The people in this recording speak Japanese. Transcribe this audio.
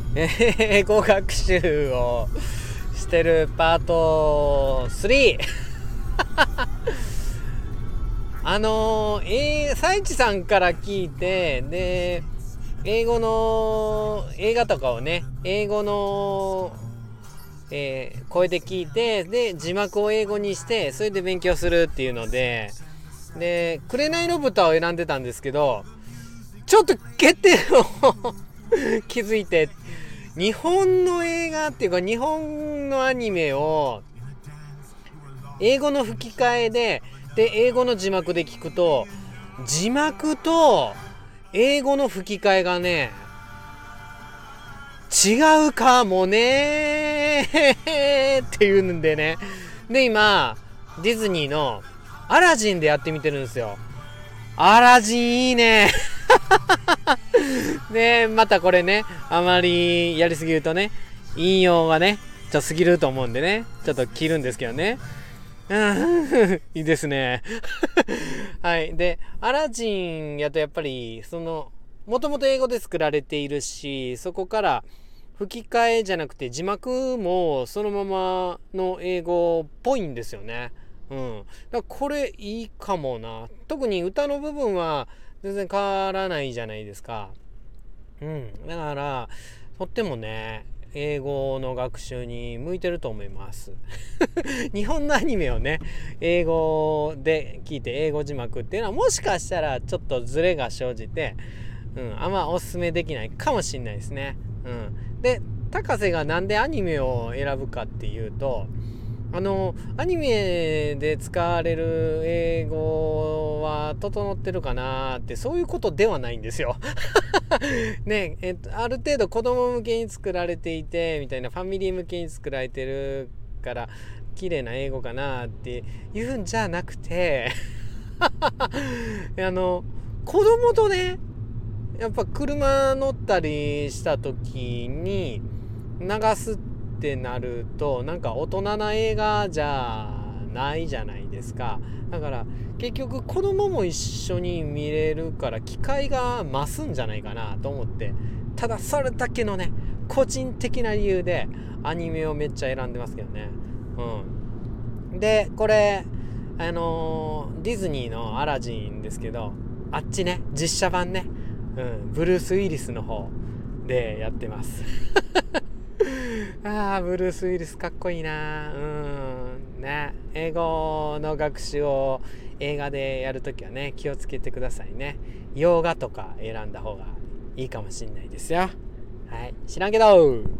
英語学習をしてるパート3サイチさんから聞いて、で英語の映画とかをね、英語の、声で聞いて、で字幕を英語にして、それで勉強するっていうので、紅の豚を選んでたんですけど、ちょっと欠点を気づいて、日本の映画っていうか日本のアニメを英語の吹き替えで英語の字幕で聞くと、字幕と英語の吹き替えがね違うかもねっていうんでね。で今ディズニーのアラジンでやってみてるんですよ。アラジンいいねでまたこれね、あまりやりすぎるとね、引用がねちょっと過ぎると思うんでね、ちょっと切るんですけどね。いいですねはい。でアラジンやとやっぱりもともと英語で作られているし、そこから吹き替えじゃなくて字幕もそのままの英語っぽいんですよね。だからこれいいかもな。特に歌の部分は全然変わらないじゃないですか。だからとってもね、英語の学習に向いてると思います日本のアニメをね英語で聞いて英語字幕っていうのはもしかしたらちょっとズレが生じて、あんまおすすめできないかもしれないですね。で高瀬がなんでアニメを選ぶかっていうと、アニメで使われる英語は整ってるかなって、そういうことではないんですよね。ある程度子供向けに作られていてみたいな、ファミリー向けに作られてるから綺麗な英語かなっていうんじゃなくて子供とね、やっぱ車乗ったりした時に流すってなると、なんか大人な映画じゃないじゃないですか。だから結局子供も一緒に見れるから機会が増すんじゃないかなと思って、ただそれだけのね個人的な理由でアニメをめっちゃ選んでますけどね。でこれディズニーのアラジンですけど、あっちね実写版ね、ブルース・ウィリスの方でやってますブルース・ウィリスかっこいいな。ね、英語の学習を映画でやるときはね気をつけてくださいね。洋画とか選んだ方がいいかもしれないですよ。はい、知らんけど